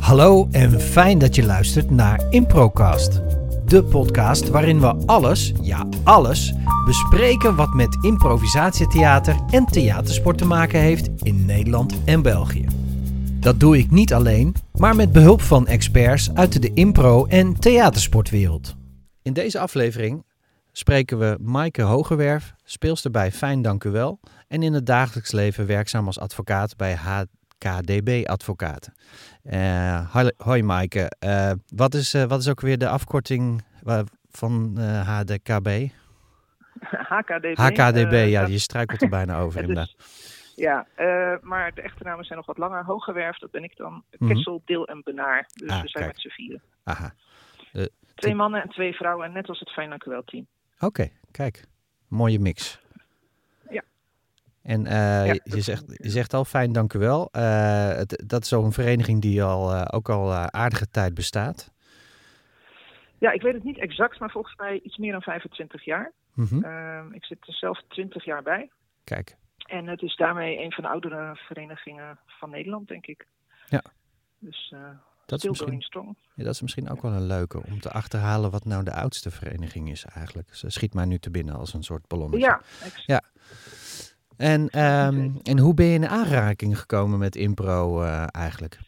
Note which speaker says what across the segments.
Speaker 1: Hallo en fijn dat je luistert naar Improcast. De podcast waarin we alles bespreken wat met improvisatietheater en theatersport te maken heeft in Nederland en België. Dat doe ik niet alleen, maar met behulp van experts uit de impro- en theatersportwereld. In deze aflevering spreken we Maaike Hogewerf, speelster bij Fijn Dank U Wel en in het dagelijks leven werkzaam als advocaat bij HKDB Advocaten. Hoi Maaike, wat is ook weer de afkorting van HDKB? HKDB, ja, je struikelt er bijna over inderdaad.
Speaker 2: Ja, maar de echte namen zijn nog wat langer. Hogewerf, dat ben ik dan. Kessel, Deel en Benaar. Dus we zijn met z'n vieren.
Speaker 1: Aha.
Speaker 2: 2 mannen en 2 vrouwen, net als het Fijn Dank U Wel team.
Speaker 1: Oké, kijk. Mooie mix.
Speaker 2: Ja.
Speaker 1: En je zegt al, Fijn Dank U Wel. Dat is zo'n vereniging die ook al aardige tijd bestaat.
Speaker 2: Ja, ik weet het niet exact, maar volgens mij iets meer dan 25 jaar.
Speaker 1: Mm-hmm.
Speaker 2: Ik zit er zelf 20 jaar bij.
Speaker 1: Kijk.
Speaker 2: En het is daarmee een van de oudere verenigingen van Nederland, denk ik.
Speaker 1: Ja.
Speaker 2: Dus
Speaker 1: dat
Speaker 2: still going strong.
Speaker 1: Ja, dat is misschien ook wel een leuke om te achterhalen wat nou de oudste vereniging is eigenlijk. Ze schiet mij nu te binnen als een soort ballonnetje.
Speaker 2: Ja, exact.
Speaker 1: Ja. En hoe ben je in aanraking gekomen met impro eigenlijk?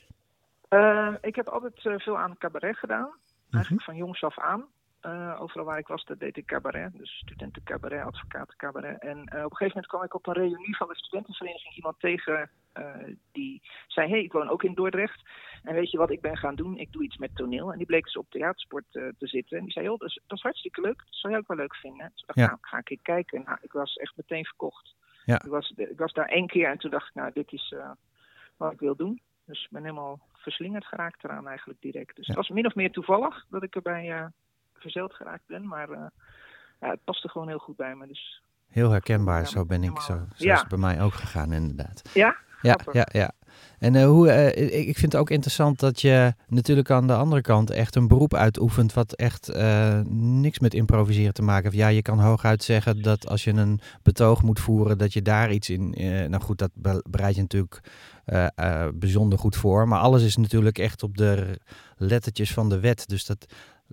Speaker 2: Ik heb altijd veel aan cabaret gedaan. Eigenlijk van jongs af aan. Overal waar ik was, dat deed ik cabaret. Dus studentencabaret, advocatencabaret. En op een gegeven moment kwam ik op een reunie van de studentenvereniging iemand tegen die zei, hey, ik woon ook in Dordrecht. En weet je wat ik ben gaan doen? Ik doe iets met toneel. En die bleek dus op theatersport te zitten. En die zei, joh, dat is hartstikke leuk. Dat zou jij ook wel leuk vinden. Dus ik dacht, nou, ga ik kijken. Nou, ik was echt meteen verkocht.
Speaker 1: Ja.
Speaker 2: Ik was daar 1 keer en toen dacht ik, nou, dit is wat ik wil doen. Dus ik ben helemaal verslingerd geraakt eraan eigenlijk direct. Dus het was min of meer toevallig dat ik erbij verzeild geraakt ben. Maar het paste gewoon heel goed bij me. Dus
Speaker 1: heel herkenbaar, zo ben ik. Zo is het bij mij ook gegaan inderdaad.
Speaker 2: Ja?
Speaker 1: Ja. En ik vind het ook interessant dat je natuurlijk aan de andere kant echt een beroep uitoefent wat echt niks met improviseren te maken heeft. Ja, je kan hooguit zeggen dat als je een betoog moet voeren, dat je daar iets in... nou goed, dat bereid je natuurlijk bijzonder goed voor. Maar alles is natuurlijk echt op de lettertjes van de wet. Dus dat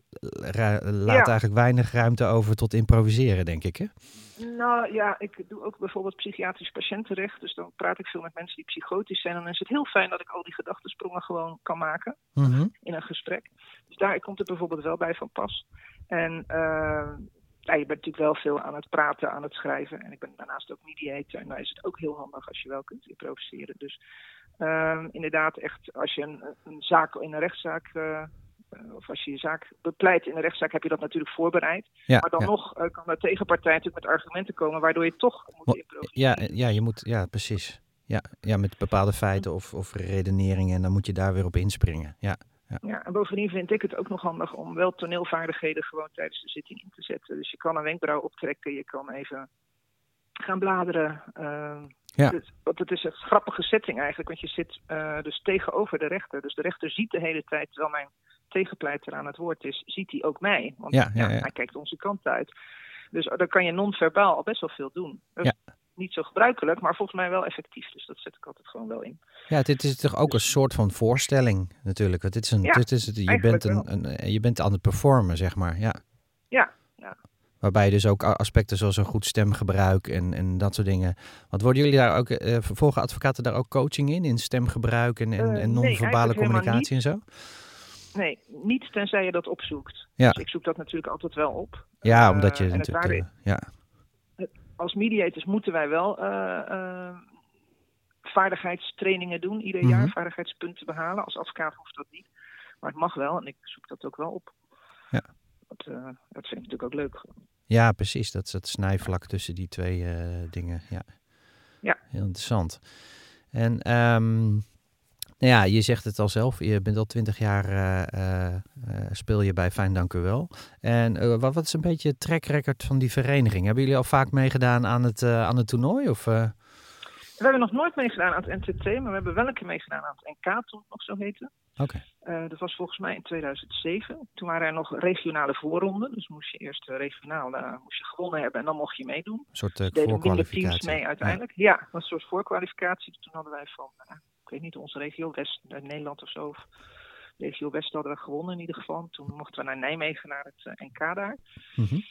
Speaker 1: laat eigenlijk weinig ruimte over tot improviseren, denk ik, hè?
Speaker 2: Nou ja, ik doe ook bijvoorbeeld psychiatrisch patiëntenrecht. Dus dan praat ik veel met mensen die psychotisch zijn. En dan is het heel fijn dat ik al die gedachtensprongen gewoon kan maken in een gesprek. Dus daar komt het bijvoorbeeld wel bij van pas. En je bent natuurlijk wel veel aan het praten, aan het schrijven. En ik ben daarnaast ook mediator. En dan is het ook heel handig als je wel kunt improviseren. Dus inderdaad, echt als je een zaak in een rechtszaak... of als je je zaak bepleit in een rechtszaak, heb je dat natuurlijk voorbereid. Ja, maar dan nog kan de tegenpartij natuurlijk met argumenten komen, waardoor je toch moet improviseren.
Speaker 1: Ja, je moet, ja, precies. Ja, met bepaalde feiten of redeneringen en dan moet je daar weer op inspringen. Ja,
Speaker 2: en bovendien vind ik het ook nog handig om wel toneelvaardigheden gewoon tijdens de zitting in te zetten. Dus je kan een wenkbrauw optrekken, je kan even gaan bladeren. Want het is een grappige setting eigenlijk, want je zit dus tegenover de rechter. Dus de rechter ziet de hele tijd, terwijl mijn tegenpleiter aan het woord is, ziet hij ook mij. Want hij kijkt onze kant uit. Dus dan kan je non-verbaal al best wel veel doen. Dat is niet zo gebruikelijk, maar volgens mij wel effectief. Dus dat zet ik altijd gewoon wel in.
Speaker 1: Ja, dit is toch ook een soort van voorstelling natuurlijk. Want je bent aan het performen, zeg maar. Ja. Waarbij je dus ook aspecten zoals een goed stemgebruik en dat soort dingen. Want worden jullie daar ook, vervolgen advocaten daar ook coaching in stemgebruik en non-verbale communicatie en zo?
Speaker 2: Nee, niet tenzij je dat opzoekt. Ja. Dus ik zoek dat natuurlijk altijd wel op.
Speaker 1: Ja, omdat je natuurlijk...
Speaker 2: Als mediators moeten wij wel vaardigheidstrainingen doen ieder jaar. Vaardigheidspunten behalen. Als advocaat hoeft dat niet. Maar het mag wel en ik zoek dat ook wel op.
Speaker 1: Ja.
Speaker 2: Dat vind ik natuurlijk ook leuk.
Speaker 1: Ja, precies. Dat is het snijvlak tussen die twee dingen. Ja, heel interessant. En... je zegt het al zelf, je bent al 20 jaar, speel je bij Fijn Dank U Wel. En wat is een beetje het track record van die vereniging? Hebben jullie al vaak meegedaan aan het toernooi? Of,
Speaker 2: We hebben nog nooit meegedaan aan het NTT, maar we hebben wel een keer meegedaan aan het NK, toen het nog zo heette.
Speaker 1: Oké.
Speaker 2: Dat was volgens mij in 2007. Toen waren er nog regionale voorronden. Dus moest je eerst regionaal gewonnen hebben en dan mocht je meedoen.
Speaker 1: Een soort
Speaker 2: voorkwalificatie.
Speaker 1: teams
Speaker 2: mee uiteindelijk. Ja, dat was een soort voorkwalificatie. Toen hadden wij van ik weet niet, onze regio West, Nederland of zo. Of regio West hadden we gewonnen in ieder geval. Toen mochten we naar Nijmegen, naar het NK daar.
Speaker 1: Mm-hmm.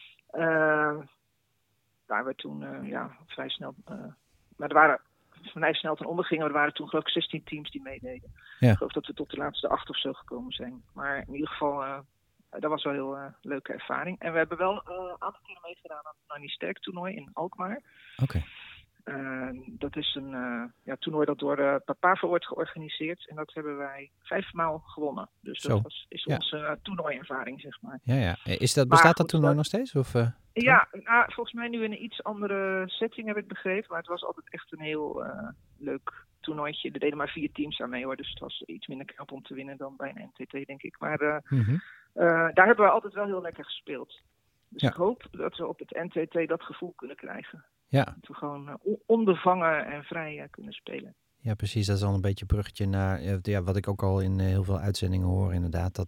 Speaker 2: Waar we toen vrij snel... maar er waren vrij snel ten onder gingen. Er waren toen geloof ik 16 teams die meededen.
Speaker 1: Ja.
Speaker 2: Ik geloof dat we tot de laatste 8 of zo gekomen zijn. Maar in ieder geval, dat was wel een heel leuke ervaring. En we hebben wel een aantal keren meegedaan aan het Nanny Sterk toernooi in Alkmaar.
Speaker 1: Oké.
Speaker 2: Dat is een toernooi dat door Papavo wordt georganiseerd. En dat hebben wij 5 maal gewonnen. Dus dat is onze toernooiervaring, zeg maar.
Speaker 1: Ja. Bestaat dat toernooi nog steeds? Of,
Speaker 2: volgens mij nu in een iets andere setting, heb ik begrepen. Maar het was altijd echt een heel leuk toernooitje. Er deden maar 4 teams aan mee, hoor. Dus het was iets minder knap om te winnen dan bij een NTT, denk ik. Maar daar hebben we altijd wel heel lekker gespeeld. Dus ik hoop dat we op het NTT dat gevoel kunnen krijgen. Ja. Dat we gewoon onbevangen en vrij kunnen spelen.
Speaker 1: Ja, precies. Dat is al een beetje een bruggetje naar wat ik ook al in heel veel uitzendingen hoor, inderdaad.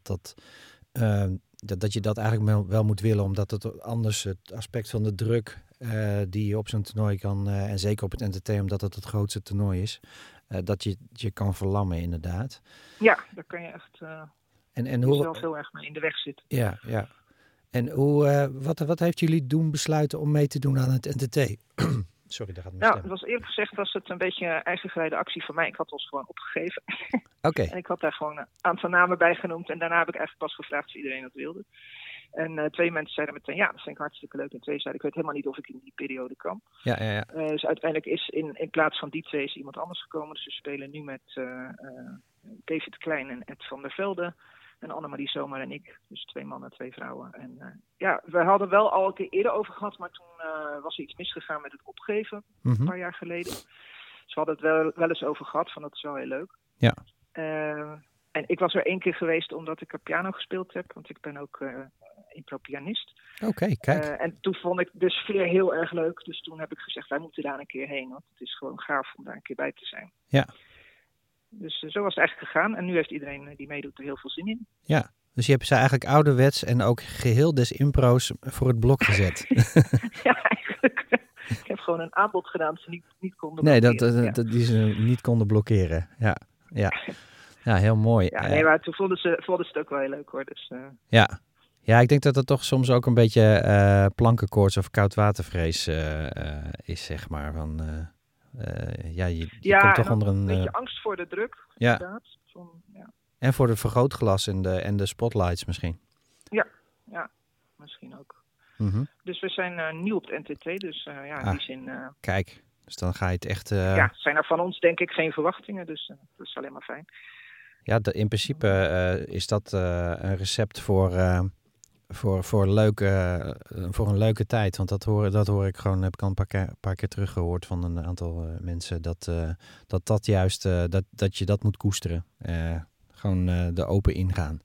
Speaker 1: Dat je dat eigenlijk wel moet willen, omdat het anders het aspect van de druk die je op zo'n toernooi kan, en zeker op het NTT, omdat het grootste toernooi is, dat je kan verlammen, inderdaad.
Speaker 2: Ja, daar kan je echt
Speaker 1: hoe
Speaker 2: zelf heel erg mee in de weg zitten.
Speaker 1: Ja. En wat heeft jullie doen besluiten om mee te doen aan het NTT? Sorry, daar gaat mijn stem.
Speaker 2: Het was eerlijk gezegd was het een beetje een eigen actie van mij. Ik had ons gewoon opgegeven.
Speaker 1: Oké.
Speaker 2: En ik had daar gewoon een aantal namen bij genoemd. En daarna heb ik eigenlijk pas gevraagd of iedereen dat wilde. En 2 mensen zeiden meteen, ja, dat vind ik hartstikke leuk. En 2 zeiden, ik weet helemaal niet of ik in die periode kan.
Speaker 1: Ja.
Speaker 2: Dus uiteindelijk is in plaats van die 2 is iemand anders gekomen. Dus we spelen nu met David Klein en Ed van der Velde. En Annemarie Zomer en ik. Dus 2 mannen, 2 vrouwen. En we hadden wel al een keer eerder over gehad. Maar toen was er iets misgegaan met het opgeven.
Speaker 1: Mm-hmm.
Speaker 2: Een paar jaar geleden. Dus we hadden het wel eens over gehad. Van dat is wel heel leuk.
Speaker 1: Ja.
Speaker 2: En ik was er 1 keer geweest omdat ik piano gespeeld heb. Want ik ben ook impropianist.
Speaker 1: Oké, kijk.
Speaker 2: En toen vond ik de sfeer heel erg leuk. Dus toen heb ik gezegd, wij moeten daar een keer heen. Want het is gewoon gaaf om daar een keer bij te zijn.
Speaker 1: Ja.
Speaker 2: Dus zo was het eigenlijk gegaan. En nu heeft iedereen die meedoet er heel veel zin in.
Speaker 1: Ja, dus je hebt ze eigenlijk ouderwets en ook geheel des impro's voor het blok gezet.
Speaker 2: Ja, eigenlijk. Ik heb gewoon een aanbod gedaan dat ze niet konden blokkeren.
Speaker 1: Die ze niet konden blokkeren. Ja. Ja, heel mooi.
Speaker 2: Ja, maar toen vonden ze het ook wel heel leuk, hoor. Dus,
Speaker 1: Ja, ik denk dat het toch soms ook een beetje plankenkoorts of koudwatervrees is, zeg maar. Van, je komt toch onder een
Speaker 2: beetje angst voor de druk, inderdaad.
Speaker 1: En voor de vergrootglas en de spotlights misschien.
Speaker 2: Ja, misschien ook.
Speaker 1: Mm-hmm.
Speaker 2: Dus we zijn nieuw op het NTT, dus in die zin...
Speaker 1: Kijk, dus dan ga je het echt...
Speaker 2: zijn er van ons denk ik geen verwachtingen, dus dat is alleen maar fijn.
Speaker 1: Ja, in principe is dat een recept voor een leuke tijd. Want dat hoor ik gewoon, heb ik al een paar keer teruggehoord van een aantal mensen. Dat juist, dat je dat moet koesteren. Gewoon de open ingaan.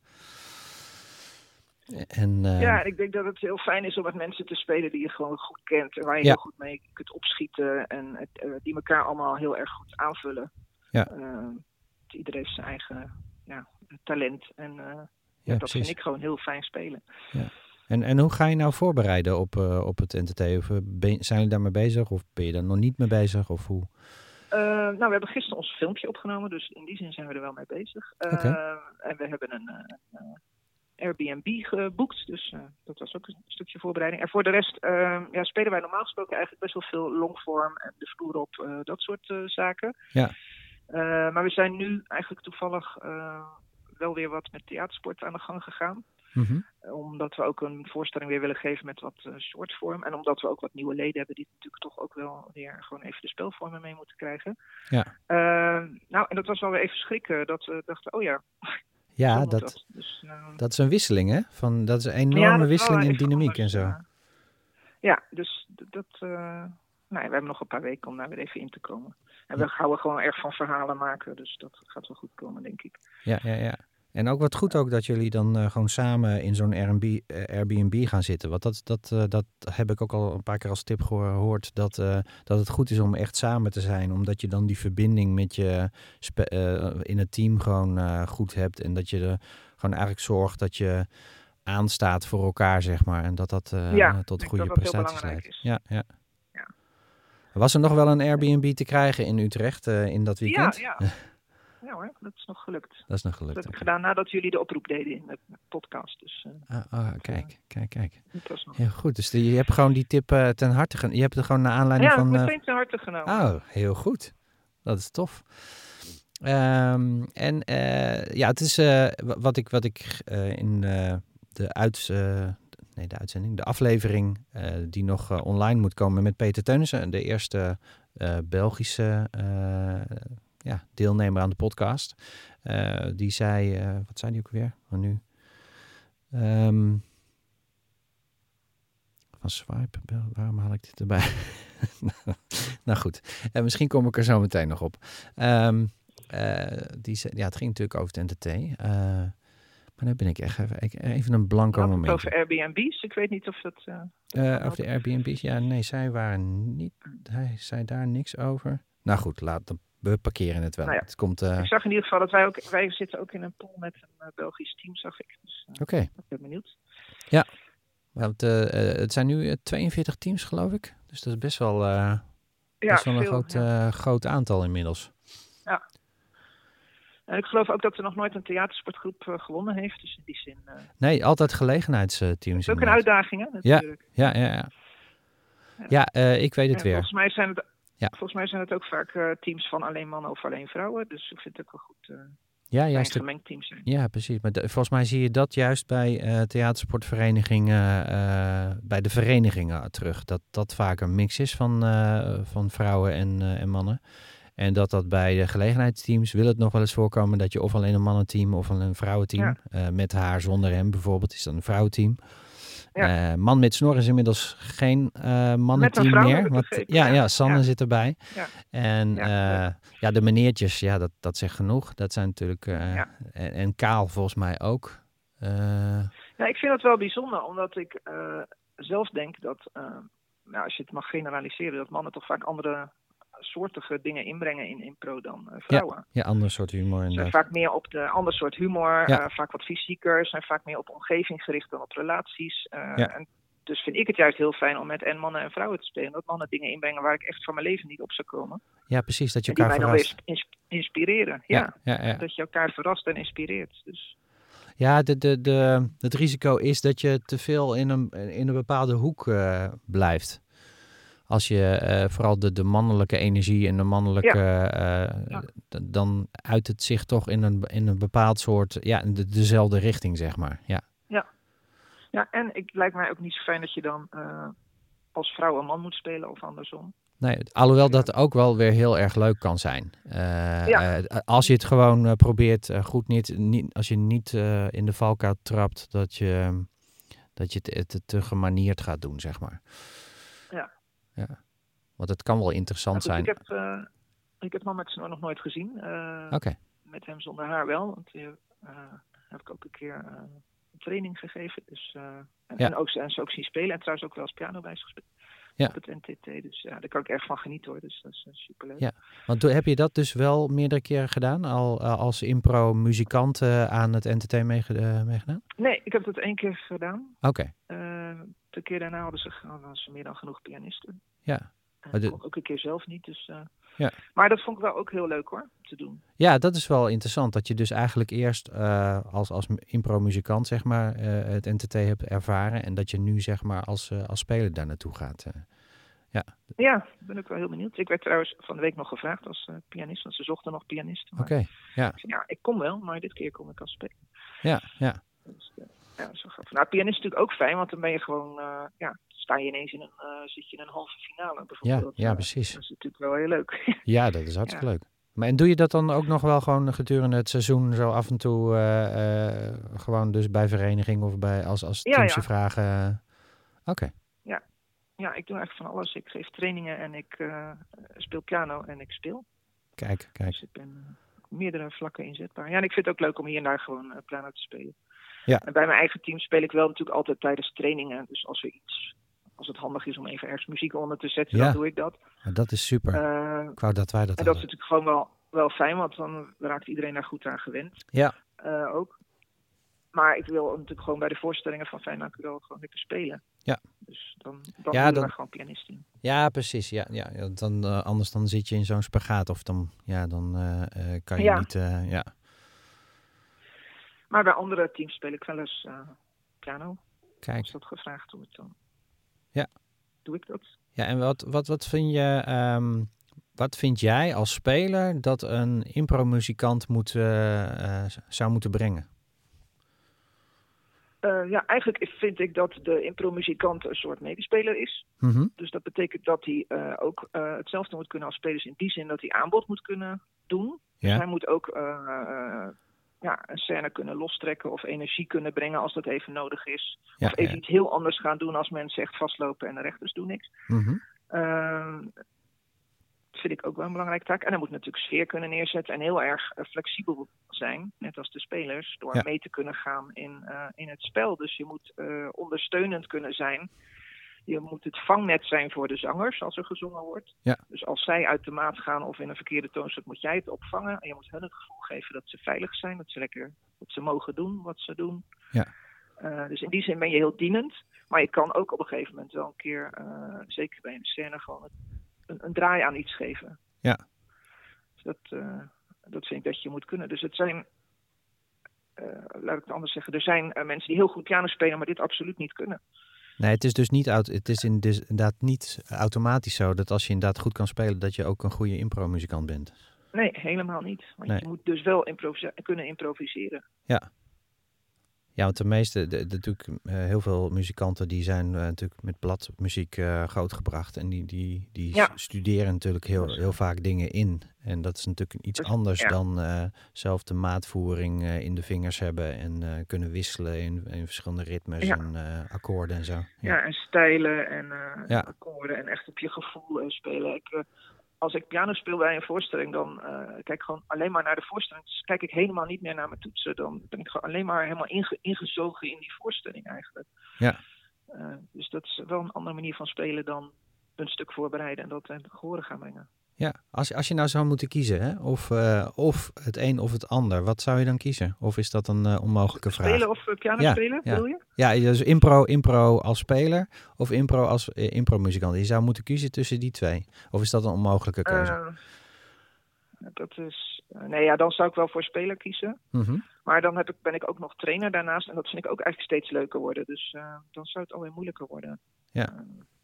Speaker 1: En
Speaker 2: ik denk dat het heel fijn is om met mensen te spelen die je gewoon goed kent. En waar je heel goed mee kunt opschieten. En die elkaar allemaal heel erg goed aanvullen.
Speaker 1: Ja.
Speaker 2: Iedereen heeft zijn eigen talent. En dat
Speaker 1: precies.
Speaker 2: vind ik gewoon heel fijn spelen.
Speaker 1: Ja. En hoe ga je nou voorbereiden op het NTT? Of zijn jullie daarmee bezig? Of ben je daar nog niet mee bezig? Of hoe?
Speaker 2: We hebben gisteren ons filmpje opgenomen. Dus in die zin zijn we er wel mee bezig. En we hebben een Airbnb geboekt. Dus dat was ook een stukje voorbereiding. En voor de rest spelen wij normaal gesproken eigenlijk best wel veel longvorm en de vloer op, dat soort zaken.
Speaker 1: Ja.
Speaker 2: Maar we zijn nu eigenlijk toevallig wel weer wat met theatersport aan de gang gegaan.
Speaker 1: Mm-hmm.
Speaker 2: Omdat we ook een voorstelling weer willen geven met wat shortvorm. En omdat we ook wat nieuwe leden hebben die natuurlijk toch ook wel weer gewoon even de spelvormen mee moeten krijgen.
Speaker 1: Ja.
Speaker 2: En dat was wel weer even schrikken dat we dachten,
Speaker 1: Ja, dat is een wisseling, hè? Dat is een enorme wisseling in dynamiek en zo.
Speaker 2: Dus we hebben nog een paar weken om daar weer even in te komen. En we houden gewoon erg van verhalen maken, dus dat gaat wel goed komen, denk ik.
Speaker 1: Ja. En ook wat goed ook dat jullie dan gewoon samen in zo'n Airbnb gaan zitten. Want dat heb ik ook al een paar keer als tip gehoord. Dat het goed is om echt samen te zijn. Omdat je dan die verbinding met je in het team gewoon goed hebt. En dat je gewoon eigenlijk zorgt dat je aanstaat voor elkaar, zeg maar. En dat tot goede prestaties leidt. Ja. Was er nog wel een Airbnb te krijgen in Utrecht in dat weekend?
Speaker 2: Ja. Ja hoor, dat is nog gelukt.
Speaker 1: Dat is nog gelukt.
Speaker 2: Dat heb ik gedaan nadat jullie de oproep deden in de podcast. Dus,
Speaker 1: kijk.
Speaker 2: Dat
Speaker 1: Heel goed, dus je hebt gewoon die tip ten harte genomen. Je hebt er gewoon naar aanleiding van...
Speaker 2: Ja, meteen ten harte genomen.
Speaker 1: Oh, heel goed. Dat is tof. Het is wat ik in de aflevering die nog online moet komen met Peter Teunissen, de eerste Belgische deelnemer aan de podcast. Die zei, wat zei die ook weer? Nu. Van Swipe, waarom haal ik dit erbij? Nou goed, misschien kom ik er zo meteen nog op. Die zei, het ging natuurlijk over het NTT. Maar nu ben ik echt even een blanco moment.
Speaker 2: Over Airbnb's, ik weet niet of dat...
Speaker 1: over de Airbnb's, nee, hij zei daar niks over. Nou goed, we parkeren het wel.
Speaker 2: Nou ja,
Speaker 1: het komt,
Speaker 2: ik zag in ieder geval dat wij zitten ook in een pool met een Belgisch team, zag ik. Dus ik ben benieuwd.
Speaker 1: Ja, want, het zijn nu 42 teams, geloof ik. Dus dat is best wel, een groot aantal inmiddels.
Speaker 2: Ja. En ik geloof ook dat er nog nooit een theatersportgroep gewonnen heeft. Dus in die zin...
Speaker 1: Nee, altijd gelegenheidsteams.
Speaker 2: Dat is ook een uitdaging, hè, natuurlijk.
Speaker 1: Ja, ik weet het weer.
Speaker 2: Volgens mij zijn het ook vaak teams van alleen mannen of alleen vrouwen. Dus ik vind het ook wel goed
Speaker 1: juist
Speaker 2: een gemengd team zijn.
Speaker 1: Ja, precies. Maar volgens mij zie je dat juist bij theatersportverenigingen, bij de verenigingen terug. Dat vaak een mix is van vrouwen en mannen. En dat bij de gelegenheidsteams wil het nog wel eens voorkomen dat je of alleen een mannenteam of een vrouwenteam, met haar zonder hem bijvoorbeeld, is dat een vrouwenteam. Ja. Man met snor is inmiddels geen mannenteam meer. Want, Sanne zit erbij. Ja. En de meneertjes, dat zegt genoeg. Dat zijn natuurlijk... En Kaal volgens mij ook.
Speaker 2: Ik vind het wel bijzonder, omdat ik zelf denk dat, als je het mag generaliseren, dat mannen toch vaak andere soortige dingen inbrengen in impro dan vrouwen.
Speaker 1: Ja, ander soort humor.
Speaker 2: Ze zijn vaak meer op de ander soort humor, vaak wat fysieker, zijn vaak meer op omgeving gericht dan op relaties. En dus vind ik het juist heel fijn om met mannen en vrouwen te spelen. Dat mannen dingen inbrengen waar ik echt van mijn leven niet op zou komen.
Speaker 1: Ja, precies, dat je elkaar verrast.
Speaker 2: Die mij dan weer inspireren. Dat je elkaar verrast en inspireert. Dus.
Speaker 1: Ja, het risico is dat je te veel in een bepaalde hoek blijft. Als je vooral de mannelijke energie en de mannelijke... dan uit het zich toch in een bepaald soort... Ja, dezelfde richting, zeg maar.
Speaker 2: Ja, en het lijkt mij ook niet zo fijn dat je dan als vrouw een man moet spelen of andersom.
Speaker 1: Nee, alhoewel dat ook wel weer heel erg leuk kan zijn. Als je het gewoon probeert goed niet... Als je niet in de valkuil trapt, dat je het te gemanierd gaat doen, zeg maar. Ja, want het kan wel interessant zijn.
Speaker 2: Ik heb man met snor nog nooit gezien. Met hem zonder haar wel. Want heb ik ook een keer een training gegeven. Dus, en ze ook zien spelen. En trouwens ook wel eens piano bij ze gespeeld. Op het NTT. Dus daar kan ik erg van genieten hoor. Dus dat is superleuk. Ja,
Speaker 1: want heb je dat dus wel meerdere keren gedaan? Al als impro-muzikant aan het NTT meegedaan?
Speaker 2: Nee, ik heb dat 1 keer gedaan.
Speaker 1: Oké.
Speaker 2: De keer daarna hadden ze meer dan genoeg pianisten.
Speaker 1: Ja.
Speaker 2: En ook een keer zelf niet. Dus, Maar dat vond ik wel ook heel leuk hoor, te doen.
Speaker 1: Ja, dat is wel interessant. Dat je dus eigenlijk eerst als impro-muzikant zeg maar het NTT hebt ervaren. En dat je nu zeg maar als speler daar naartoe gaat.
Speaker 2: Ja, ben ik wel heel benieuwd. Ik werd trouwens van de week nog gevraagd als pianist. Want ze zochten nog pianisten.
Speaker 1: Oké.
Speaker 2: Ik kom wel, maar dit keer kom ik als speler.
Speaker 1: Ja.
Speaker 2: Dus, zo grappig. Nou, pianist is natuurlijk ook fijn, want dan ben je gewoon, sta je ineens zit je in een halve finale bijvoorbeeld.
Speaker 1: Ja, precies.
Speaker 2: Dat is natuurlijk wel heel leuk.
Speaker 1: Ja, dat is hartstikke leuk. En doe je dat dan ook nog wel gewoon gedurende het seizoen zo af en toe gewoon dus bij vereniging of bij als teams je vragen? Oké.
Speaker 2: Ja, ik doe eigenlijk van alles. Ik geef trainingen en ik speel piano en ik speel.
Speaker 1: Kijk.
Speaker 2: Dus ik ben op meerdere vlakken inzetbaar. Ja, en ik vind het ook leuk om hier en daar gewoon piano te spelen.
Speaker 1: Ja.
Speaker 2: En bij mijn eigen team speel ik wel natuurlijk altijd tijdens trainingen. Dus als het handig is om even ergens muziek onder te zetten, dan doe ik dat.
Speaker 1: Dat is super. Ik wou dat wij dat
Speaker 2: en dat is natuurlijk gewoon wel fijn, want dan raakt iedereen daar goed aan gewend.
Speaker 1: Ja.
Speaker 2: Ook. Maar ik wil natuurlijk gewoon bij de voorstellingen van Fijn Dank u wel gewoon lekker spelen.
Speaker 1: Ja.
Speaker 2: Dus dan doen we gewoon pianist in.
Speaker 1: Ja, precies. Ja. Dan, anders dan zit je in zo'n spagaat. Of dan kan je niet...
Speaker 2: Maar bij andere teams speel ik wel eens piano.
Speaker 1: Kijk.
Speaker 2: Als dat gevraagd wordt, dan doe ik dat.
Speaker 1: Ja, en wat vind je... wat vind jij als speler dat een impro-muzikant zou moeten brengen?
Speaker 2: Eigenlijk vind ik dat de impro-muzikant een soort medespeler is.
Speaker 1: Mm-hmm.
Speaker 2: Dus dat betekent dat hij ook hetzelfde moet kunnen als spelers in die zin dat hij aanbod moet kunnen doen.
Speaker 1: Ja.
Speaker 2: Dus hij moet ook een scène kunnen lostrekken of energie kunnen brengen als dat even nodig is. Of even iets heel anders gaan doen als mensen echt vastlopen en de rechters doen niks.
Speaker 1: Mm-hmm.
Speaker 2: Dat vind ik ook wel een belangrijke taak. En hij moet natuurlijk sfeer kunnen neerzetten en heel erg flexibel zijn, net als de spelers, door mee te kunnen gaan in het spel. Dus je moet ondersteunend kunnen zijn. Je moet het vangnet zijn voor de zangers als er gezongen wordt. Ja. Dus als zij uit de maat gaan of in een verkeerde toonsoort, moet jij het opvangen. En je moet hen het gevoel geven dat ze veilig zijn, dat ze mogen doen wat ze doen. Ja. Dus in die zin ben je heel dienend. Maar je kan ook op een gegeven moment wel een keer, zeker bij een scène, gewoon een draai aan iets geven. Ja. Dus dat vind ik dat je moet kunnen. Dus het zijn, laat ik het anders zeggen, er zijn mensen die heel goed piano spelen, maar dit absoluut niet kunnen.
Speaker 1: Nee, het is dus inderdaad niet automatisch zo dat als je inderdaad goed kan spelen, dat je ook een goede impro-muzikant bent.
Speaker 2: Nee, helemaal niet. Want je moet dus wel kunnen improviseren.
Speaker 1: Ja. Ja, want de meeste, natuurlijk heel veel muzikanten die zijn natuurlijk met bladmuziek grootgebracht. En die studeren natuurlijk heel vaak dingen in. En dat is natuurlijk iets anders dan zelf de maatvoering in de vingers hebben. En kunnen wisselen in verschillende ritmes en akkoorden en zo.
Speaker 2: Ja, en stijlen en akkoorden en echt op je gevoel spelen. Als ik piano speel bij een voorstelling, dan kijk ik gewoon alleen maar naar de voorstelling. Dus kijk ik helemaal niet meer naar mijn toetsen. Dan ben ik gewoon alleen maar helemaal ingezogen in die voorstelling eigenlijk. Ja. Dus dat is wel een andere manier van spelen dan een stuk voorbereiden en dat en gehoren gaan brengen.
Speaker 1: Ja, als je nou zou moeten kiezen, hè? Of het een of het ander, wat zou je dan kiezen? Of is dat een onmogelijke vraag?
Speaker 2: Spelen of piano spelen, bedoel je?
Speaker 1: Ja, dus impro als speler of impro als impro-muzikant. Je zou moeten kiezen tussen die twee. Of is dat een onmogelijke keuze?
Speaker 2: Dan zou ik wel voor speler kiezen. Mm-hmm. Maar dan ben ik ook nog trainer daarnaast. En dat vind ik ook eigenlijk steeds leuker worden. Dus dan zou het alweer moeilijker worden. Ja.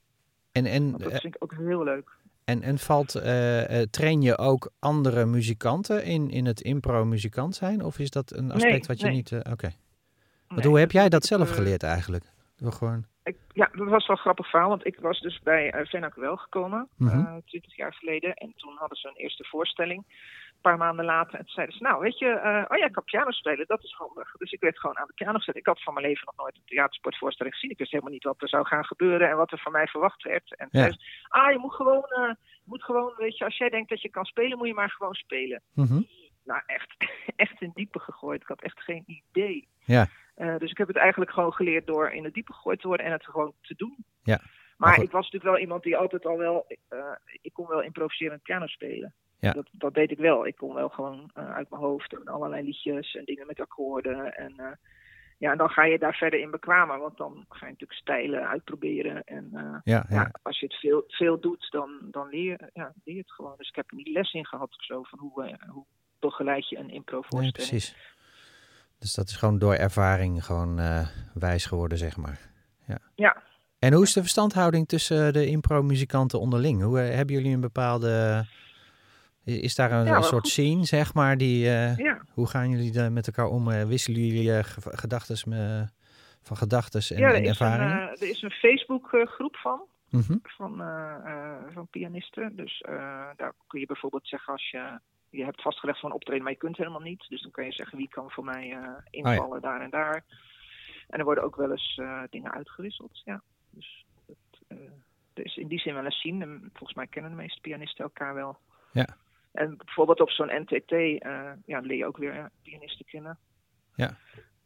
Speaker 2: Dat vind ik ook heel leuk.
Speaker 1: En train je ook andere muzikanten in het impro-muzikant zijn? Of is dat een aspect wat je niet... Oké. Want hoe heb jij dat zelf geleerd eigenlijk?
Speaker 2: Dat was wel een grappig verhaal. Want ik was dus bij Venacuel gekomen, 20 jaar geleden. En toen hadden ze een eerste voorstelling. Een paar maanden later. En toen zeiden ze, nou weet je, ik kan piano spelen. Dat is handig. Dus ik werd gewoon aan de piano gezet. Ik had van mijn leven nog nooit een theatersportvoorstelling gezien. Ik wist helemaal niet wat er zou gaan gebeuren en wat er van mij verwacht werd. En zei ze, je moet gewoon, weet je, als jij denkt dat je kan spelen, moet je maar gewoon spelen. Mm-hmm. Nou, echt in diepe gegooid. Ik had echt geen idee. Ja. Dus ik heb het eigenlijk gewoon geleerd door in het diepe gegooid te worden en het gewoon te doen. Ja. Maar ik was natuurlijk wel iemand die altijd al wel... ik kon wel improviserend piano spelen. Ja. Dat deed ik wel. Ik kon wel gewoon uit mijn hoofd en allerlei liedjes en dingen met akkoorden. En dan ga je daar verder in bekwamen. Want dan ga je natuurlijk stijlen uitproberen. En als je het veel doet, dan leer je het gewoon. Dus ik heb er niet les in gehad of zo van hoe begeleid je een improvoorstelling.
Speaker 1: Nee, precies. Dus dat is gewoon door ervaring gewoon wijs geworden, zeg maar. Ja. En hoe is de verstandhouding tussen de impro-muzikanten onderling? Hoe hebben jullie een bepaalde... Is daar een soort goed scene, zeg maar? Hoe gaan jullie met elkaar om? Wisselen jullie gedachtes van gedachtes en ervaringen?
Speaker 2: Er is een Facebook-groep van. Mm-hmm. Van pianisten. Dus daar kun je bijvoorbeeld zeggen als je hebt vastgelegd van een optreden, maar je kunt helemaal niet. Dus dan kun je zeggen wie kan voor mij invallen daar en daar. En er worden ook wel eens dingen uitgewisseld. Ja. Dus er is in die zin wel een scene. En volgens mij kennen de meeste pianisten elkaar wel. Ja. En bijvoorbeeld op zo'n NTT leer je ook weer pianisten kennen. Ja.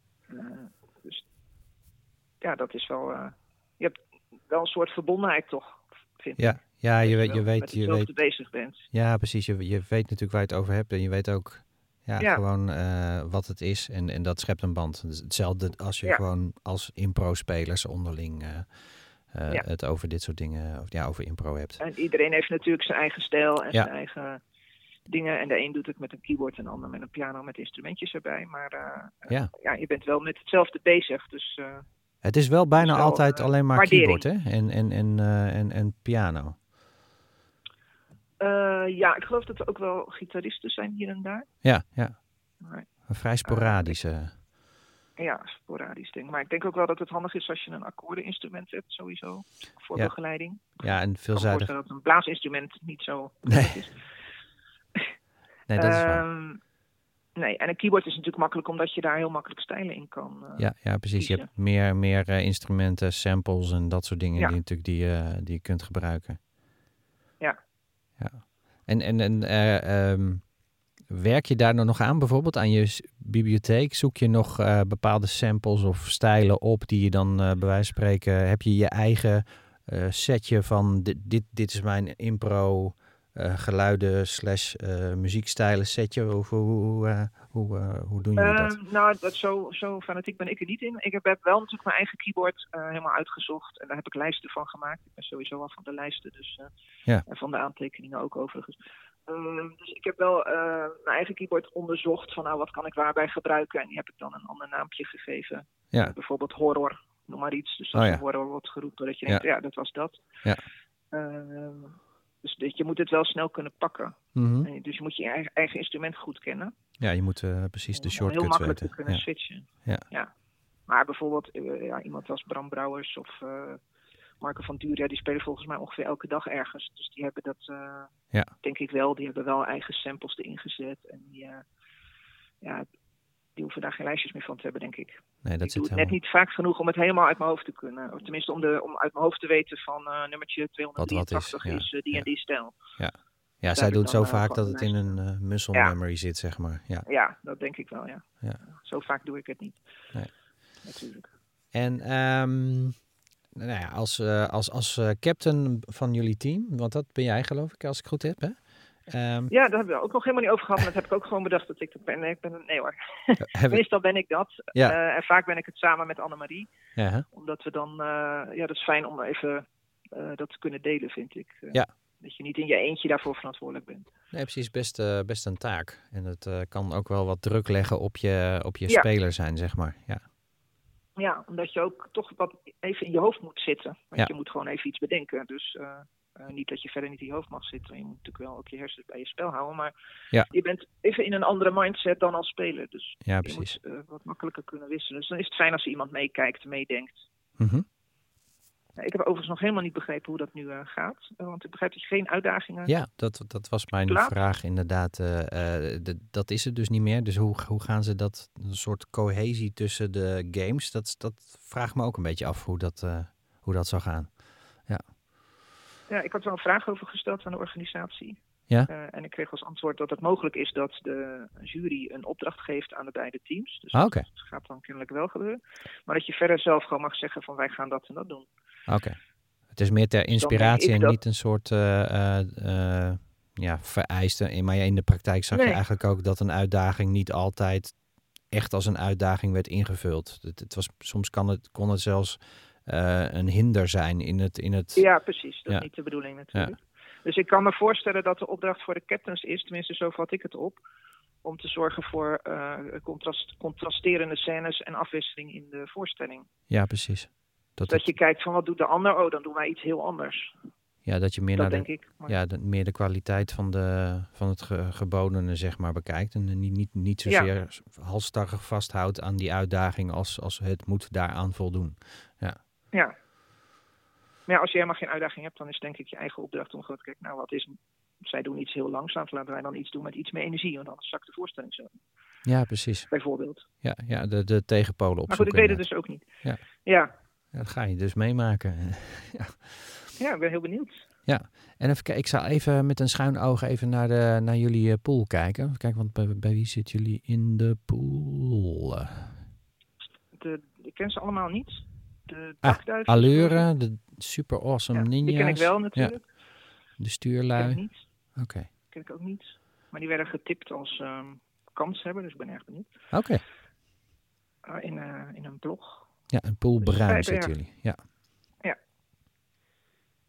Speaker 2: Dus dat is wel... je hebt wel een soort verbondenheid toch, vind ik.
Speaker 1: Ja, je weet
Speaker 2: bezig bent.
Speaker 1: Ja, precies. Je weet natuurlijk waar je het over hebt. En je weet ook gewoon wat het is. En dat schept een band. Dus hetzelfde als je gewoon als impro-spelers onderling het over dit soort dingen, over impro hebt.
Speaker 2: En iedereen heeft natuurlijk zijn eigen stijl en zijn eigen dingen. En de een doet het met een keyboard en de ander met een piano met instrumentjes erbij. Maar je bent wel met hetzelfde bezig. Dus,
Speaker 1: het is wel bijna altijd alleen maar
Speaker 2: waardering.
Speaker 1: keyboard, hè? En piano.
Speaker 2: Ik geloof dat er ook wel gitaristen zijn hier en daar.
Speaker 1: Ja.
Speaker 2: Maar,
Speaker 1: een vrij sporadische...
Speaker 2: sporadisch ding. Maar ik denk ook wel dat het handig is als je een akkoordeninstrument hebt, sowieso. Voor begeleiding.
Speaker 1: Ja, en veelzijdig.
Speaker 2: Ik kan me voorstellen dat een blaasinstrument niet zo is.
Speaker 1: Nee, dat is waar.
Speaker 2: Nee, en een keyboard is natuurlijk makkelijk, omdat je daar heel makkelijk stijlen in kan
Speaker 1: ja, precies.
Speaker 2: kiezen.
Speaker 1: Je hebt meer instrumenten, samples en dat soort dingen die je kunt gebruiken.
Speaker 2: Ja.
Speaker 1: En werk je daar nog aan, bijvoorbeeld aan je bibliotheek? Zoek je nog bepaalde samples of stijlen op die je dan bij wijze van spreken... Heb je je eigen setje van dit is mijn impro geluiden / muziekstijlen setje? Hoe doen jullie dat?
Speaker 2: Zo fanatiek ben ik er niet in. Ik heb wel natuurlijk mijn eigen keyboard helemaal uitgezocht. En daar heb ik lijsten van gemaakt. Ik ben sowieso wel van de lijsten. Dus, en van de aantekeningen ook overigens. Dus ik heb wel mijn eigen keyboard onderzocht van wat kan ik waarbij gebruiken. En die heb ik dan een ander naampje gegeven. Bijvoorbeeld horror, noem maar iets. Dus als horror wordt geroepen, dat je denkt, dat was dat.
Speaker 1: Ja.
Speaker 2: Dus je moet het wel snel kunnen pakken.
Speaker 1: Mm-hmm.
Speaker 2: Dus je moet je eigen instrument goed kennen.
Speaker 1: Ja, je moet precies de shortcuts
Speaker 2: weten. Heel makkelijk
Speaker 1: weten.
Speaker 2: te kunnen switchen.
Speaker 1: Ja.
Speaker 2: Maar bijvoorbeeld iemand als Bram Brouwers of Marco van Duria, die spelen volgens mij ongeveer elke dag ergens. Dus die hebben dat, denk ik wel, die hebben wel eigen samples erin gezet. En die hoeven daar geen lijstjes meer van te hebben, denk ik.
Speaker 1: Nee, dat
Speaker 2: ik doe het net niet vaak genoeg om het helemaal uit mijn hoofd te kunnen. Of tenminste om uit mijn hoofd te weten van nummertje 283 is die en die stijl.
Speaker 1: Ja, zij doen het zo vaak dat het in een muscle memory zit, zeg maar.
Speaker 2: Ja, dat denk ik wel, ja. Zo vaak doe ik het niet.
Speaker 1: Nee.
Speaker 2: Natuurlijk.
Speaker 1: En als captain van jullie team, want dat ben jij geloof ik, als ik goed heb, hè?
Speaker 2: Daar hebben we ook nog helemaal niet over gehad. Maar dat heb ik ook gewoon bedacht dat ik dat ben. Nee hoor. Meestal ben ik dat. En vaak ben ik het samen met Annemarie. Omdat we dan... dat is fijn om even dat te kunnen delen, vind ik. Dat je niet in je eentje daarvoor verantwoordelijk bent.
Speaker 1: Nee, precies. Best een taak. En het kan ook wel wat druk leggen op je speler zijn, zeg maar.
Speaker 2: Ja, omdat je ook toch wat even in je hoofd moet zitten. Want je moet gewoon even iets bedenken. Dus... niet dat je verder niet in je hoofd mag zitten. Je moet natuurlijk wel ook je hersens bij je spel houden. Maar je bent even in een andere mindset dan als speler. Dus je moet wat makkelijker kunnen wisselen. Dus dan is het fijn als er iemand meekijkt, meedenkt.
Speaker 1: Mm-hmm.
Speaker 2: Ik heb overigens nog helemaal niet begrepen hoe dat nu gaat. Want ik begrijp dat je geen uitdagingen...
Speaker 1: Ja, dat was mijn vraag inderdaad. Dat is het dus niet meer. Dus hoe gaan ze dat, een soort cohesie tussen de games... Dat vraagt me ook een beetje af hoe dat zou gaan.
Speaker 2: Ja, ik had wel een vraag over gesteld aan de organisatie.
Speaker 1: Ja?
Speaker 2: En ik kreeg als antwoord dat het mogelijk is dat de jury een opdracht geeft aan de beide teams. Dus
Speaker 1: dat
Speaker 2: gaat dan kennelijk wel gebeuren. Maar dat je verder zelf gewoon mag zeggen van wij gaan dat en dat doen.
Speaker 1: Oké. Het is meer ter inspiratie en niet een soort vereiste. Maar in de praktijk zag je eigenlijk ook dat een uitdaging niet altijd echt als een uitdaging werd ingevuld. Soms kon het zelfs... een hinder zijn in het...
Speaker 2: Ja, precies. Dat is niet de bedoeling natuurlijk. Ja. Dus ik kan me voorstellen dat de opdracht voor de captains is, tenminste zo vat ik het op, om te zorgen voor contrasterende scènes en afwisseling in de voorstelling.
Speaker 1: Ja, precies.
Speaker 2: Dat je kijkt van wat doet de ander? Oh, dan doen wij iets heel anders.
Speaker 1: Ja, dat je meer
Speaker 2: meer
Speaker 1: de kwaliteit van het gebodene zeg maar bekijkt. En niet zozeer halstarrig vasthoudt aan die uitdaging als het moet daaraan voldoen.
Speaker 2: Ja. Maar als je helemaal geen uitdaging hebt, dan is denk ik je eigen opdracht om gewoon te kijken, zij doen iets heel langzaams, laten wij dan iets doen met iets meer energie, want anders zakt de voorstelling zo.
Speaker 1: Ja, precies.
Speaker 2: Bijvoorbeeld.
Speaker 1: Ja, de tegenpolen opzoeken.
Speaker 2: Maar goed, ik weet het dus ook niet. Ja.
Speaker 1: Dat ga je dus meemaken.
Speaker 2: Ja, ik ben heel benieuwd.
Speaker 1: Ja, en even kijken, ik zal even met een schuin oog even naar jullie pool kijken. Kijk, want bij wie zitten jullie in de pool?
Speaker 2: Ik ken ze allemaal niet. De dakduivers.
Speaker 1: Allure, de super awesome ninjas.
Speaker 2: Die ken ik wel natuurlijk.
Speaker 1: Ja. De stuurlui.
Speaker 2: Die ken ik niet.
Speaker 1: Oké.
Speaker 2: Ken ik ook niet. Maar die werden getipt als kanshebber, dus ik ben erg benieuwd.
Speaker 1: Oké.
Speaker 2: In een blog.
Speaker 1: Ja, een pool bruin zitten jullie. Ja.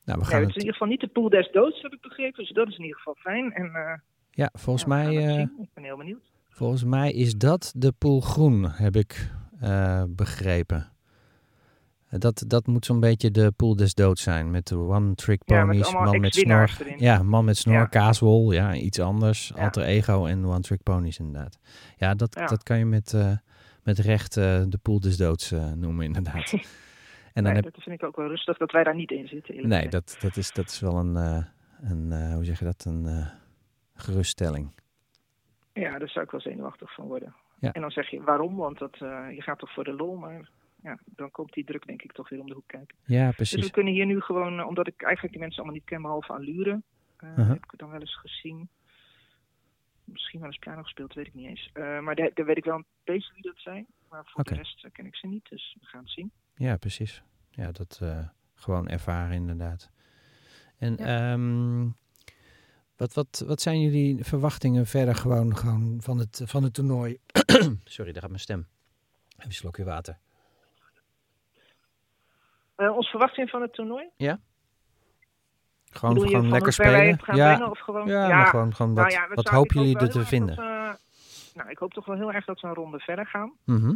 Speaker 1: Nou, we gaan
Speaker 2: het is in ieder geval niet de pool des doods, heb ik begrepen. Dus dat is in ieder geval fijn. En,
Speaker 1: volgens mij...
Speaker 2: ik ben heel benieuwd.
Speaker 1: Volgens mij is dat de pool groen, heb ik begrepen. Dat moet zo'n beetje de pool des doods zijn. Met de one-trick ponies, man met snor.
Speaker 2: Erin.
Speaker 1: Ja, man met snor, kaaswol, iets anders. Alter ego en one-trick ponies inderdaad. Ja, dat kan je met recht de pool des doods noemen inderdaad. En dan
Speaker 2: dat vind ik ook wel rustig dat wij daar niet in zitten.
Speaker 1: Nee, dat is wel een hoe zeg je dat, een geruststelling.
Speaker 2: Ja, daar zou ik wel zenuwachtig van worden.
Speaker 1: Ja.
Speaker 2: En dan zeg je waarom, want je gaat toch voor de lol, maar dan komt die druk denk ik toch weer om de hoek kijken.
Speaker 1: Ja, precies.
Speaker 2: Dus we kunnen hier nu gewoon, omdat ik eigenlijk die mensen allemaal niet ken, behalve aan Luren, heb ik dan wel eens gezien. Misschien wel eens piano gespeeld, weet ik niet eens. Maar daar weet ik wel een beetje wie dat zijn. Maar voor de rest ken ik ze niet, dus we gaan het zien.
Speaker 1: Ja, precies. Ja, dat gewoon ervaren inderdaad. En wat zijn jullie verwachtingen verder gewoon van het toernooi? Sorry, daar gaat mijn stem. Even een slokje water.
Speaker 2: Onze verwachting van het toernooi?
Speaker 1: Ja. Gewoon lekker spelen.
Speaker 2: Winnen, of gewoon?
Speaker 1: Maar gewoon wat hopen jullie er te vinden?
Speaker 2: Ik hoop toch wel heel erg dat we een ronde verder gaan.
Speaker 1: Mm-hmm.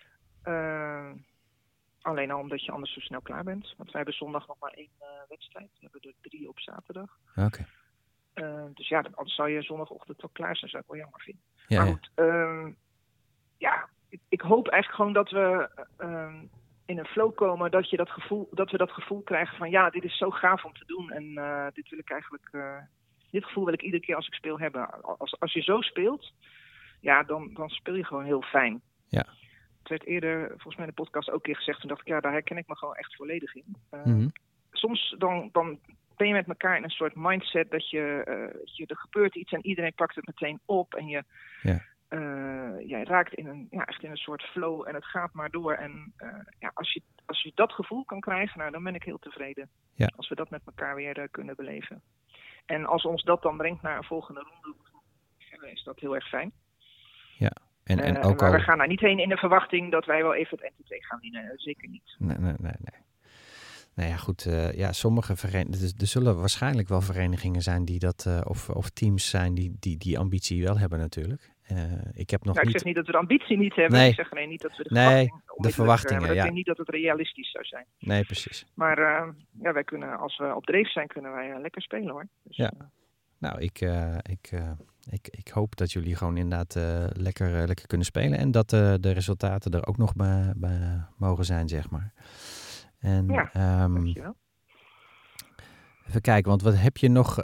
Speaker 2: Alleen al omdat je anders zo snel klaar bent. Want wij hebben zondag nog maar 1 wedstrijd. We hebben er 3 op zaterdag.
Speaker 1: Oké.
Speaker 2: Dus anders zou je zondagochtend toch klaar zijn. Zou ik wel jammer vinden.
Speaker 1: Ja,
Speaker 2: maar goed, ik hoop eigenlijk gewoon dat we in een flow komen. Dat we dat gevoel krijgen van dit is zo gaaf om te doen. En dit wil ik eigenlijk... dit gevoel wil ik iedere keer als ik speel hebben. Als je zo speelt, dan speel je gewoon heel fijn.
Speaker 1: Ja.
Speaker 2: Het werd eerder, volgens mij in de podcast ook een keer gezegd. Toen dacht ik, daar herken ik me gewoon echt volledig in. Soms dan ben je met elkaar in een soort mindset dat er gebeurt iets en iedereen pakt het meteen op. En je raakt echt in een soort flow en het gaat maar door. En als je dat gevoel kan krijgen, dan ben ik heel tevreden.
Speaker 1: Ja.
Speaker 2: Als we dat met elkaar weer kunnen beleven. En als ons dat dan brengt naar een volgende ronde, is dat heel erg fijn.
Speaker 1: Ja. En ook
Speaker 2: maar we gaan daar niet heen in de verwachting dat wij wel even het NTT gaan winnen. Zeker niet.
Speaker 1: Nee. Nou ja, goed. Sommige verenigingen... Er zullen waarschijnlijk wel verenigingen zijn die dat... Of teams zijn die ambitie wel hebben natuurlijk. Ik zeg
Speaker 2: niet dat we de ambitie niet hebben.
Speaker 1: Nee.
Speaker 2: Ik zeg alleen niet dat we de verwachtingen
Speaker 1: hebben.
Speaker 2: Ik denk niet dat het realistisch zou zijn.
Speaker 1: Nee, precies.
Speaker 2: Maar wij kunnen, als we op dreef zijn, kunnen wij lekker spelen hoor. Dus,
Speaker 1: ja. Nou, ik hoop dat jullie gewoon inderdaad lekker kunnen spelen. En dat de resultaten er ook nog bij mogen zijn, zeg maar. En,
Speaker 2: dankjewel.
Speaker 1: Even kijken, want wat heb je nog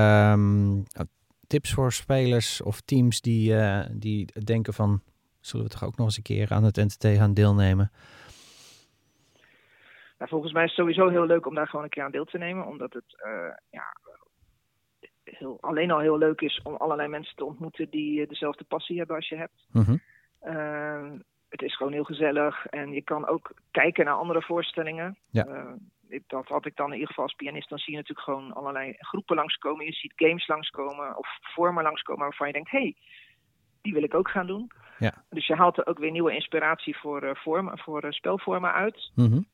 Speaker 1: tips voor spelers of teams die denken van... Zullen we toch ook nog eens een keer aan het NTT gaan deelnemen?
Speaker 2: Nou, volgens mij is het sowieso heel leuk om daar gewoon een keer aan deel te nemen. Omdat het alleen al heel leuk is om allerlei mensen te ontmoeten die dezelfde passie hebben als je hebt.
Speaker 1: Mm-hmm.
Speaker 2: Het is gewoon heel gezellig en je kan ook kijken naar andere voorstellingen.
Speaker 1: Ja.
Speaker 2: Dat had ik dan in ieder geval als pianist. Dan zie je natuurlijk gewoon allerlei groepen langskomen. Je ziet games langskomen of vormen langskomen waarvan je denkt... hey, die wil ik ook gaan doen.
Speaker 1: Ja.
Speaker 2: Dus je haalt er ook weer nieuwe inspiratie voor spelvormen uit.
Speaker 1: Mm-hmm.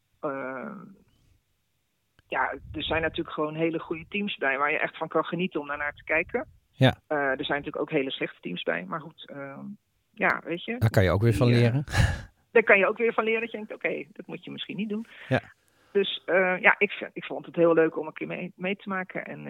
Speaker 2: Er zijn natuurlijk gewoon hele goede teams bij... waar je echt van kan genieten om daarnaar te kijken.
Speaker 1: Ja.
Speaker 2: Er zijn natuurlijk ook hele slechte teams bij. Maar goed, weet je.
Speaker 1: Daar kan je ook weer van leren.
Speaker 2: Daar kan je ook weer van leren dat je denkt... oké, dat moet je misschien niet doen.
Speaker 1: Ja.
Speaker 2: Dus ik vond het heel leuk om een keer mee te maken. En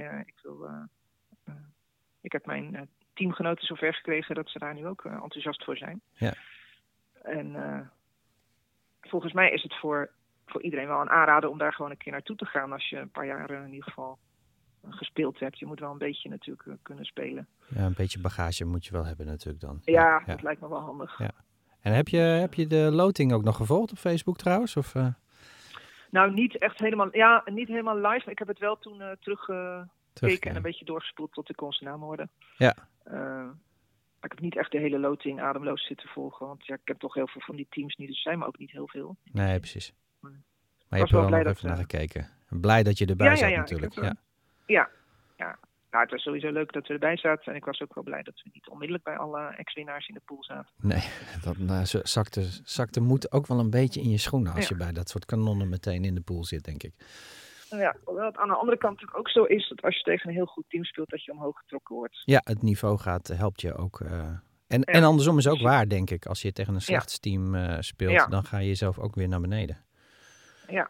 Speaker 2: ik heb mijn teamgenoten zover gekregen dat ze daar nu ook enthousiast voor zijn.
Speaker 1: Ja.
Speaker 2: En volgens mij is het voor iedereen wel een aanrader om daar gewoon een keer naartoe te gaan. Als je een paar jaar in ieder geval gespeeld hebt. Je moet wel een beetje natuurlijk kunnen spelen. Ja,
Speaker 1: een beetje bagage moet je wel hebben natuurlijk dan.
Speaker 2: Ja, dat lijkt me wel handig.
Speaker 1: Ja. En heb je de loting ook nog gevolgd op Facebook trouwens? Of...
Speaker 2: Nou, niet helemaal live. Ik heb het wel toen teruggekeken en een beetje doorgespoeld tot ik kon zijn naam hoorde.
Speaker 1: Ja.
Speaker 2: Ik heb niet echt de hele loting ademloos zitten volgen. Want ik heb toch heel veel van die teams niet. Dus zijn maar ook niet heel veel.
Speaker 1: Nee, precies. Maar je hebt er wel nog even naar gekeken. Blij dat je erbij zat natuurlijk.
Speaker 2: Ja. Nou, het was sowieso leuk dat we erbij zaten. En ik was ook wel blij dat we niet onmiddellijk bij alle ex-winnaars in de pool zaten.
Speaker 1: Nee, dat zakte moed ook wel een beetje in je schoenen als je bij dat soort kanonnen meteen in de pool zit, denk ik.
Speaker 2: Ja, hoewel het aan de andere kant natuurlijk ook zo is dat als je tegen een heel goed team speelt, dat je omhoog getrokken wordt.
Speaker 1: Ja, het niveau helpt je ook. En andersom is ook waar, denk ik. Als je tegen een slecht team speelt, dan ga je jezelf ook weer naar beneden.
Speaker 2: Ja.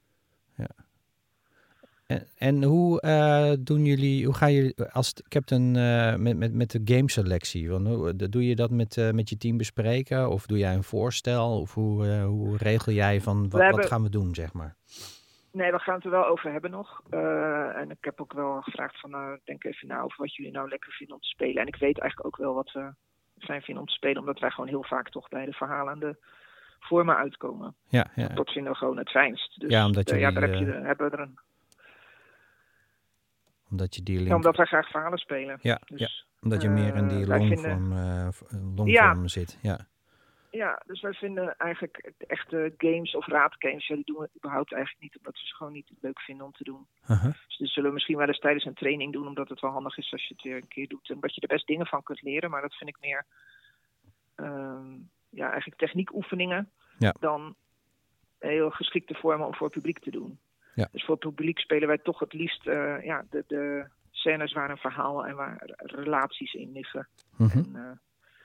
Speaker 1: En hoe doen jullie, hoe ga je als captain met de gameselectie? Doe je dat met je team bespreken? Of doe jij een voorstel? Of hoe regel jij van wat gaan we doen, zeg maar?
Speaker 2: Nee, we gaan het er wel over hebben nog. En ik heb ook wel gevraagd van, denk even na over wat jullie nou lekker vinden om te spelen. En ik weet eigenlijk ook wel wat we fijn vinden om te spelen, omdat wij gewoon heel vaak toch bij de verhalende vormen uitkomen.
Speaker 1: Ja.
Speaker 2: Dat vinden we gewoon het fijnst. Dus
Speaker 1: ja, omdat jullie,
Speaker 2: hebben we er een...
Speaker 1: Omdat je die link...
Speaker 2: Ja, omdat wij graag verhalen spelen.
Speaker 1: Ja,
Speaker 2: dus,
Speaker 1: omdat je meer in die longvorm zit.
Speaker 2: Ja, dus wij vinden eigenlijk echte games of raadgames, die doen we überhaupt eigenlijk niet, omdat we ze gewoon niet leuk vinden om te doen.
Speaker 1: Uh-huh.
Speaker 2: Dus dat zullen we misschien wel eens tijdens een training doen, omdat het wel handig is als je het weer een keer doet. En dat je er best dingen van kunt leren, maar dat vind ik meer eigenlijk techniekoefeningen dan heel geschikte vormen om voor het publiek te doen.
Speaker 1: Ja.
Speaker 2: Dus voor het publiek spelen wij toch het liefst de scènes waar een verhaal en waar relaties in liggen.
Speaker 1: Uh-huh.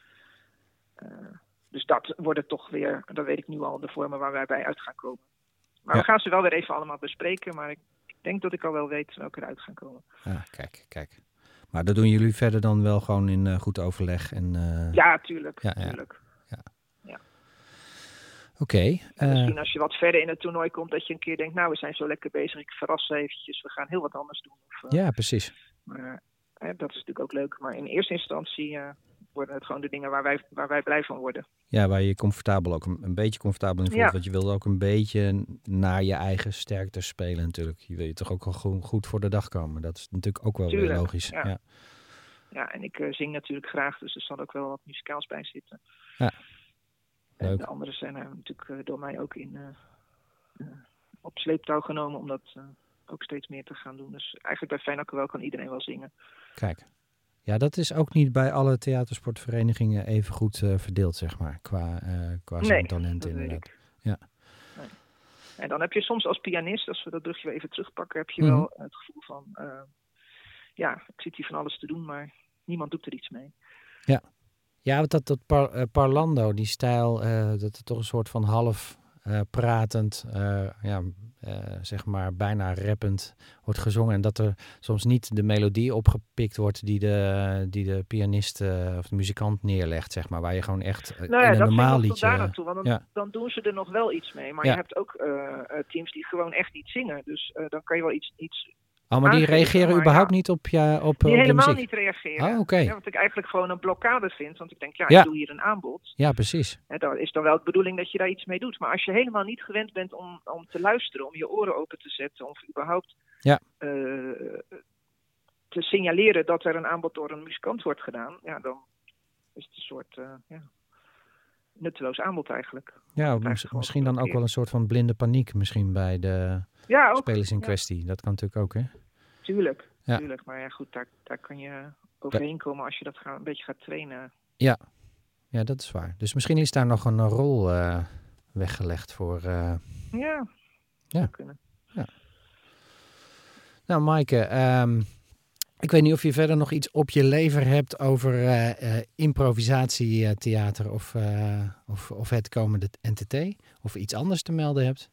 Speaker 2: Dus dat worden toch weer, dat weet ik nu al, de vormen waar wij bij uit gaan komen. Maar we gaan ze wel weer even allemaal bespreken, maar ik denk dat ik al wel weet welke eruit gaan komen.
Speaker 1: Ah, kijk. Maar dat doen jullie verder dan wel gewoon in goed overleg?
Speaker 2: Ja, tuurlijk.
Speaker 1: Ja. Oké.
Speaker 2: Misschien als je wat verder in het toernooi komt, dat je een keer denkt, nou, we zijn zo lekker bezig, ik verras eventjes, we gaan heel wat anders doen.
Speaker 1: Ja, precies.
Speaker 2: Maar dat is natuurlijk ook leuk. Maar in eerste instantie worden het gewoon de dingen waar wij blij van worden.
Speaker 1: Ja, waar je comfortabel ook een beetje comfortabel in voelt.
Speaker 2: Ja.
Speaker 1: Want je wil ook een beetje naar je eigen sterkte spelen natuurlijk. Je wil je toch ook wel goed voor de dag komen. Dat is natuurlijk ook wel weer logisch.
Speaker 2: Ja, en ik zing natuurlijk graag, dus er zal ook wel wat muzikaals bij zitten.
Speaker 1: Ja.
Speaker 2: En
Speaker 1: leuk.
Speaker 2: de anderen zijn er natuurlijk door mij ook op sleeptouw genomen om dat ook steeds meer te gaan doen. Dus eigenlijk bij Fijn Akkerwel kan iedereen wel zingen.
Speaker 1: Kijk. Ja, dat is ook niet bij alle theatersportverenigingen even goed verdeeld, zeg maar. Qua zangtalent inderdaad. Ja.
Speaker 2: Nee. En dan heb je soms als pianist, als we dat brugje weer even terugpakken, heb je wel het gevoel van, ik zit hier van alles te doen, maar niemand doet er iets mee.
Speaker 1: Ja, dat parlando, die stijl, dat er toch een soort van half pratend, zeg maar bijna rappend wordt gezongen. En dat er soms niet de melodie opgepikt wordt die de pianist of de muzikant neerlegt, zeg maar. Waar je gewoon echt in een normaal liedje...
Speaker 2: daar naartoe, want dan doen ze er nog wel iets mee. Maar je hebt ook teams die gewoon echt niet zingen. Dus dan kan je wel iets
Speaker 1: maar die reageren überhaupt niet op
Speaker 2: die helemaal niet reageren.
Speaker 1: Oh, oké.
Speaker 2: Ja, wat ik eigenlijk gewoon een blokkade vind. Want ik denk, ik doe hier een aanbod.
Speaker 1: Ja, precies.
Speaker 2: Dan is dan wel de bedoeling dat je daar iets mee doet. Maar als je helemaal niet gewend bent om te luisteren, om je oren open te zetten, of überhaupt te signaleren dat er een aanbod door een muzikant wordt gedaan, dan is het een soort nutteloos aanbod eigenlijk.
Speaker 1: Ja, misschien dan ook wel een soort van blinde paniek misschien bij de spelers in kwestie. Dat kan natuurlijk ook, hè?
Speaker 2: Tuurlijk. Maar ja, goed, daar kan je overheen komen als je dat een beetje gaat trainen.
Speaker 1: Ja, dat is waar. Dus misschien is daar nog een rol weggelegd voor...
Speaker 2: zou kunnen.
Speaker 1: Ja. Nou, Maaike, ik weet niet of je verder nog iets op je lever hebt over improvisatietheater of het komende NTT. Of iets anders te melden hebt.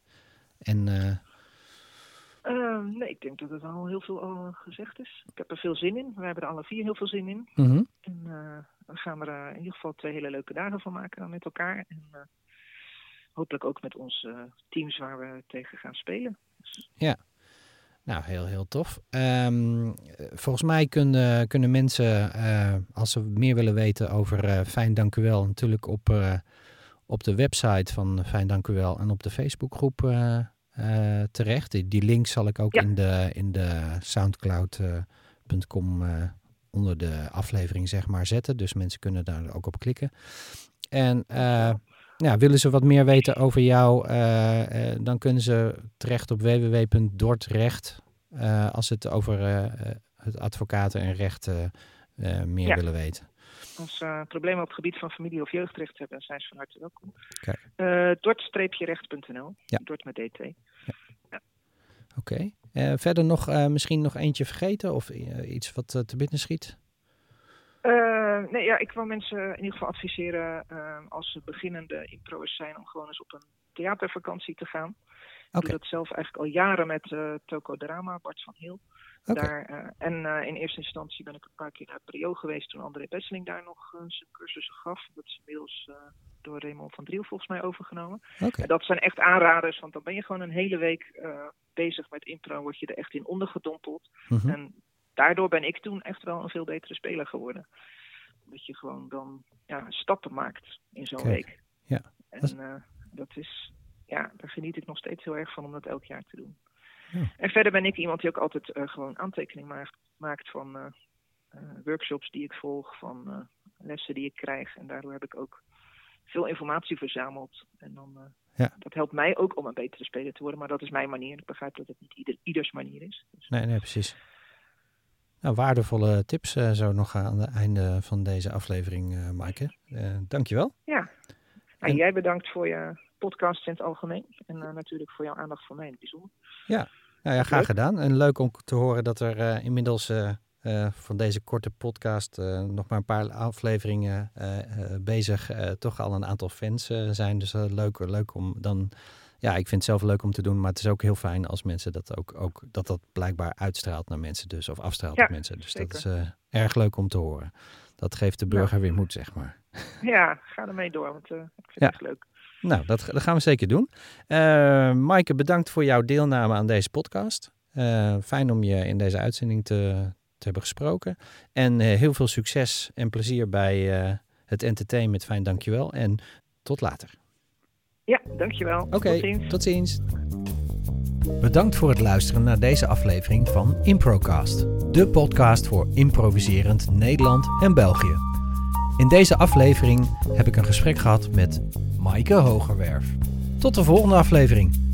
Speaker 2: Nee, ik denk dat het al heel veel al gezegd is. Ik heb er veel zin in. We hebben er alle 4 heel veel zin in.
Speaker 1: Mm-hmm.
Speaker 2: En we gaan er in ieder geval 2 hele leuke dagen van maken dan met elkaar. En hopelijk ook met onze teams waar we tegen gaan spelen. Dus...
Speaker 1: Ja. Nou, heel, heel tof. Volgens mij kunnen mensen, als ze meer willen weten over Fijn Dank U Wel, natuurlijk op de website van Fijn Dank U Wel en op de Facebookgroep terecht. Die link zal ik ook in de soundcloud.com onder de aflevering zeg maar zetten. Dus mensen kunnen daar ook op klikken. En willen ze wat meer weten over jou, dan kunnen ze terecht op www.dordrecht als het over het advocaten en recht meer willen weten.
Speaker 2: Als problemen op het gebied van familie- of jeugdrecht hebben, zijn ze van harte welkom.
Speaker 1: Kijk.
Speaker 2: Dort-recht.nl.
Speaker 1: Ja.
Speaker 2: Dort met DT.
Speaker 1: Ja. Oké. Verder nog misschien nog eentje vergeten of iets wat te binnen schiet?
Speaker 2: Ik wil mensen in ieder geval adviseren als ze beginnende impro'ers zijn om gewoon eens op een theatervakantie te gaan. Ik doe dat zelf eigenlijk al jaren met Tokodrama, Bart van Heel. Okay. In eerste instantie ben ik een paar keer naar Brio geweest toen André Besseling daar nog zijn cursussen gaf. Dat is inmiddels door Raymond van Driel volgens mij overgenomen. Okay. En dat zijn echt aanraders, want dan ben je gewoon een hele week bezig met impro, word je er echt in ondergedompeld. Mm-hmm. En daardoor ben ik toen echt wel een veel betere speler geworden. Dat je gewoon dan stappen maakt in zo'n week.
Speaker 1: Ja.
Speaker 2: En daar geniet ik nog steeds heel erg van om dat elk jaar te doen. Ja. En verder ben ik iemand die ook altijd gewoon aantekening maakt van workshops die ik volg, van lessen die ik krijg. En daardoor heb ik ook veel informatie verzameld. En dan, dat helpt mij ook om een betere speler te worden. Maar dat is mijn manier. Ik begrijp dat het niet ieders manier is. Dus.
Speaker 1: Nee, precies. Nou, waardevolle tips zo nog aan het einde van deze aflevering, Maaike. Dankjewel.
Speaker 2: Ja, jij bedankt voor je podcast in het algemeen. En natuurlijk voor jouw aandacht voor mij in het bijzonder.
Speaker 1: Ja, graag gedaan. En leuk om te horen dat er inmiddels van deze korte podcast nog maar een paar afleveringen bezig toch al een aantal fans zijn. Dus leuk om dan... Ja, ik vind het zelf leuk om te doen, maar het is ook heel fijn als mensen dat ook dat blijkbaar uitstraalt naar mensen dus, of afstraalt op mensen. Dus zeker. Dat is erg leuk om te horen. Dat geeft de burger weer moed, zeg maar.
Speaker 2: Ja, ga ermee door, want ik vind het echt leuk.
Speaker 1: Nou, dat gaan we zeker doen. Maaike, bedankt voor jouw deelname aan deze podcast. Fijn om je in deze uitzending te hebben gesproken. En heel veel succes en plezier bij het entertainment. Fijn, dankjewel. En tot later.
Speaker 2: Ja, dankjewel.
Speaker 1: Oké, tot ziens. Bedankt voor het luisteren naar deze aflevering van Improcast. De podcast voor improviserend Nederland en België. In deze aflevering heb ik een gesprek gehad met Maaike Hogerwerf. Tot de volgende aflevering.